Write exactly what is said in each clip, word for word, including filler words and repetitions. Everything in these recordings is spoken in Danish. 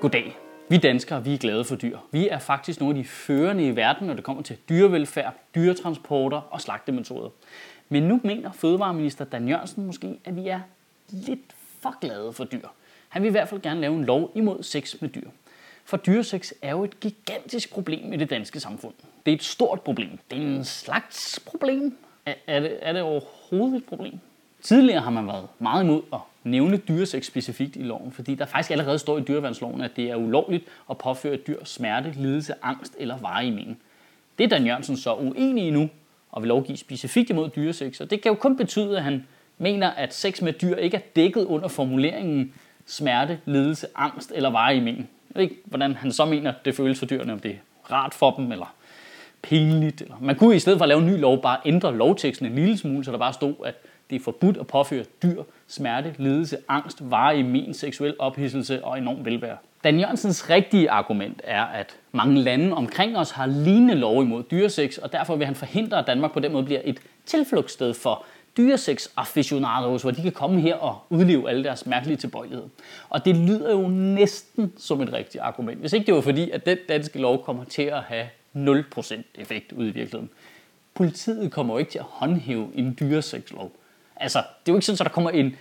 Goddag. Vi danskere, vi er glade for dyr. Vi er faktisk nogle af de førende i verden, når det kommer til dyrevelfærd, dyretransporter og slagtemetoder. Men nu mener fødevareminister Dan Jørgensen måske, at vi er lidt for glade for dyr. Han vil i hvert fald gerne lave en lov imod sex med dyr. For dyresex er jo et gigantisk problem i det danske samfund. Det er et stort problem. Det er en slags problem. Er, er, det, er det overhovedet et problem? Tidligere har man været meget imod at nævne dyresex specifikt i loven, fordi der faktisk allerede står i dyreværnsloven, at det er ulovligt at påføre et dyr smerte, lidelse, angst eller varig men. Det er Dan Jørgensen så uenig i nu, og vil lovgive specifikt imod dyresex, og det kan jo kun betyde, at han mener, at sex med dyr ikke er dækket under formuleringen smerte, lidelse, angst eller varig men. Jeg ved ikke, hvordan han så mener, det føles for dyrene, om det er rart for dem, eller pinligt. Eller... Man kunne i stedet for at lave en ny lov bare ændre lovteksten en lille smule, så der bare stod, at det er forbudt at påføre dyr smerte, lidelse, angst, varig men, seksuel ophidselse og enorm velvære. Dan Jørgensens rigtige argument er, at mange lande omkring os har lignende lov imod dyresex, og derfor vil han forhindre, at Danmark på den måde bliver et tilflugtssted for dyresex-aficionados, hvor de kan komme her og udleve alle deres mærkelige tilbøjeligheder. Og det lyder jo næsten som et rigtigt argument, hvis ikke det var fordi, at den danske lov kommer til at have nul procent effekt ude i virkeligheden. Politiet kommer jo ikke til at håndhæve en dyresexlov. Altså, det er jo ikke sådan, at der kommer en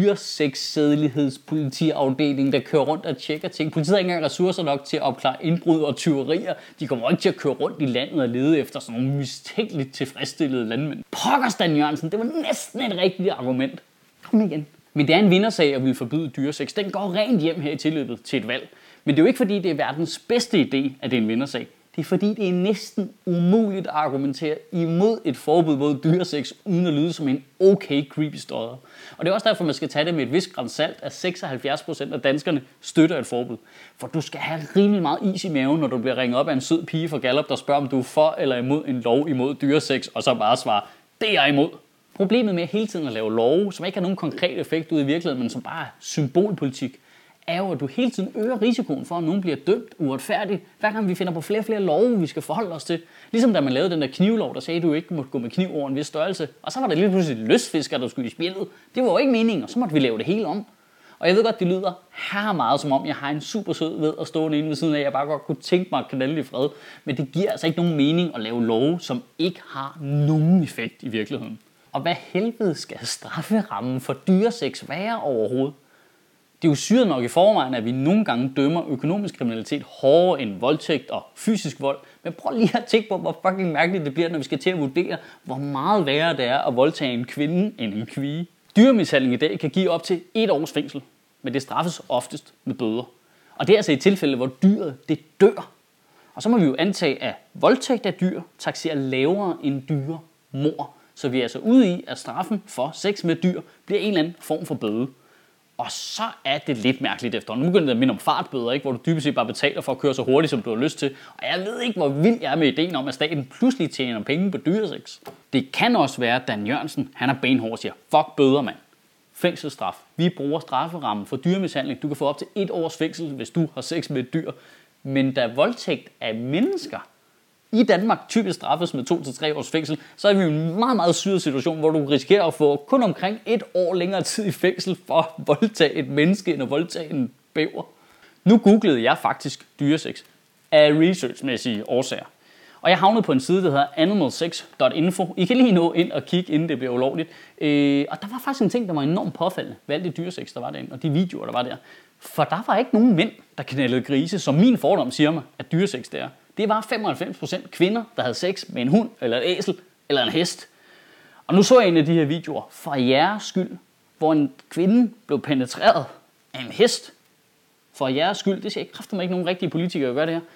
dyresexsædelighedspolitiafdeling, der kører rundt og tjekker ting. Politiet har ikke engang ressourcer nok til at opklare indbrud og tyverier. De kommer ikke til at køre rundt i landet og lede efter sådan nogle mistænkeligt tilfredsstillede landmænd. Pokkers Dan Jørgensen, det var næsten et rigtigt argument. Kom igen. Men det er en vindersag at ville forbyde dyresex. Den går rent hjem her i tilløbet til et valg. Men det er jo ikke fordi, det er verdens bedste idé, at det er en vindersag. Det er fordi, det er næsten umuligt at argumentere imod et forbud mod dyresex, uden at lyde som en okay creepy story. Og det er også derfor, man skal tage det med et vist gran salt, at seksoghalvfjerds procent af danskerne støtter et forbud. For du skal have rimelig meget is i maven, når du bliver ringet op af en sød pige fra Gallup, der spørger, om du er for eller imod en lov imod dyresex, og så bare svarer, det er jeg imod. Problemet med hele tiden at lave love, som ikke har nogen konkret effekt ude i virkeligheden, men som bare er symbolpolitik, er jo, at du hele tiden øger risikoen for, at nogen bliver dømt uretfærdigt, hver gang vi finder på flere og flere love, vi skal forholde os til. Ligesom da man lavede den der knivlov, der sagde, at du ikke måtte gå med kniv over en vis størrelse. Og så var der lige pludselig lystfiskere, der skulle i spjældet. Det var jo ikke meningen, og så måtte vi lave det hele om. Og jeg ved godt, det lyder her meget som om, jeg har en super sød ved at stå inde ved siden af, jeg bare godt kunne tænke mig at knalde i fred. Men det giver altså ikke nogen mening at lave love, som ikke har nogen effekt i virkeligheden. Og hvad helvede skal strafferammen for dyresex være overhovedet? Det er jo syret nok i forvejen, at vi nogle gange dømmer økonomisk kriminalitet hårdere end voldtægt og fysisk vold. Men prøv lige at tænke på, hvor fucking mærkeligt det bliver, når vi skal til at vurdere, hvor meget værre det er at voldtage en kvinde end en kvie. Dyremishandling i dag kan give op til et års fængsel, men det straffes oftest med bøder. Og det er altså i tilfælde, hvor dyret det dør. Og så må vi jo antage, at voldtægt af dyr taxerer lavere end dyre mord. Så vi er altså ude i, at straffen for sex med dyr bliver en eller anden form for bøde. Og så er det lidt mærkeligt efter. Nu begynder det at minde om fartbøder, ikke? Hvor du dybest set bare betaler for at køre så hurtigt, som du har lyst til. Og jeg ved ikke, hvor vild jeg er med ideen om, at staten pludselig tjener penge på dyresex. Det kan også være, at Dan Jørgensen, han er benhård og siger, fuck bøder, mand. Fængselsstraf. Vi bruger strafferammen for dyremishandling. Du kan få op til et års fængsel, hvis du har sex med et dyr. Men da voldtægt af mennesker i Danmark typisk straffes med to til tre års fængsel, så er vi i en meget, meget syret situation, hvor du risikerer at få kun omkring et år længere tid i fængsel for at voldtage et menneske, end at voldtage en bæver. Nu googlede jeg faktisk dyresex af researchmæssige årsager. Og jeg havnede på en side, der hedder animal sex punktum info. I kan lige nå ind og kigge, inden det bliver ulovligt. Øh, og der var faktisk en ting, der var enormt påfaldende ved alt det dyresex, der var derinde, og de videoer, der var der. For der var ikke nogen mænd, der knaldede grise, som min fordom siger mig, at dyresex det er. Det var femoghalvfems procent kvinder, der havde sex med en hund, eller et æsel, eller en hest. Og nu så jeg en af de her videoer for jeres skyld, hvor en kvinde blev penetreret af en hest. For jeres skyld, det siger jeg kraftedeme ikke nogen rigtige politikere at gøre det her.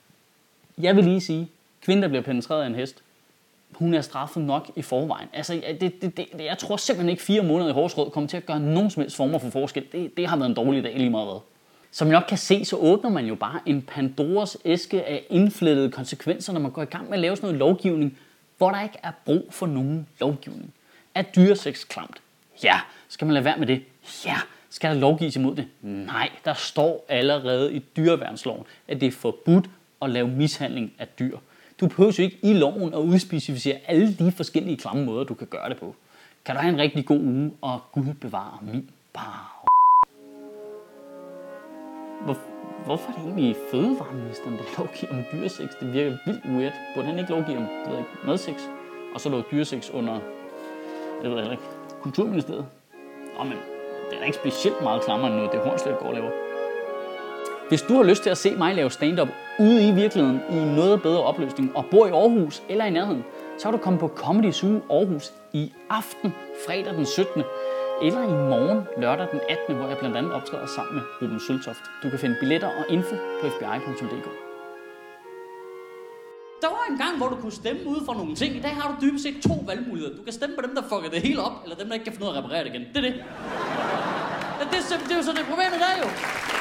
Jeg vil lige sige, kvinde, der bliver penetreret af en hest, hun er straffet nok i forvejen. Altså, det, det, det, jeg tror simpelthen ikke fire måneder i Horserød kommer til at gøre nogen som helst former for forskel. Det, det har været en dårlig dag lige meget hvad. Som I nok kan se, så åbner man jo bare en Pandoras æske af indflettede konsekvenser, når man går i gang med at lave sådan noget lovgivning, hvor der ikke er brug for nogen lovgivning. Er dyresex klamt? Ja. Skal man lade være med det? Ja. Skal der lovgives imod det? Nej. Der står allerede i dyreværnsloven, at det er forbudt at lave mishandling af dyr. Du behøver jo ikke i loven at udspecificere alle de forskellige klamme måder, du kan gøre det på. Kan du have en rigtig god uge, og Gud bevare min bar. Hvor, Hvorfor er det egentlig fødevareministeren, der lovgiver om dyresex? Det virker vildt weird. Burde han ikke lovgive om ved ikke, madsex? Og så lå dyresex under, jeg ved heller ikke, Kulturministeriet? Nå, men det er da ikke specielt meget klammer end noget, det Hornslet går og laver. Hvis du har lyst til at se mig lave stand-up ude i virkeligheden i noget bedre opløsning og bor i Aarhus eller i nærheden, så kan du komme på Comedy Zoo Aarhus i aften, fredag den syttende eller i morgen, lørdag den attende, hvor jeg blandt andet optræder sammen med Ruben Søltoft. Du kan finde billetter og info på f b i punktum d k. Der var en gang, hvor du kunne stemme ud for nogle ting. I dag har du dybest set to valgmuligheder. Du kan stemme på dem, der fucker det hele op, eller dem, der ikke kan finde ud af at reparere det igen. Det er det. Det, det, det er jo så det problemet der jo.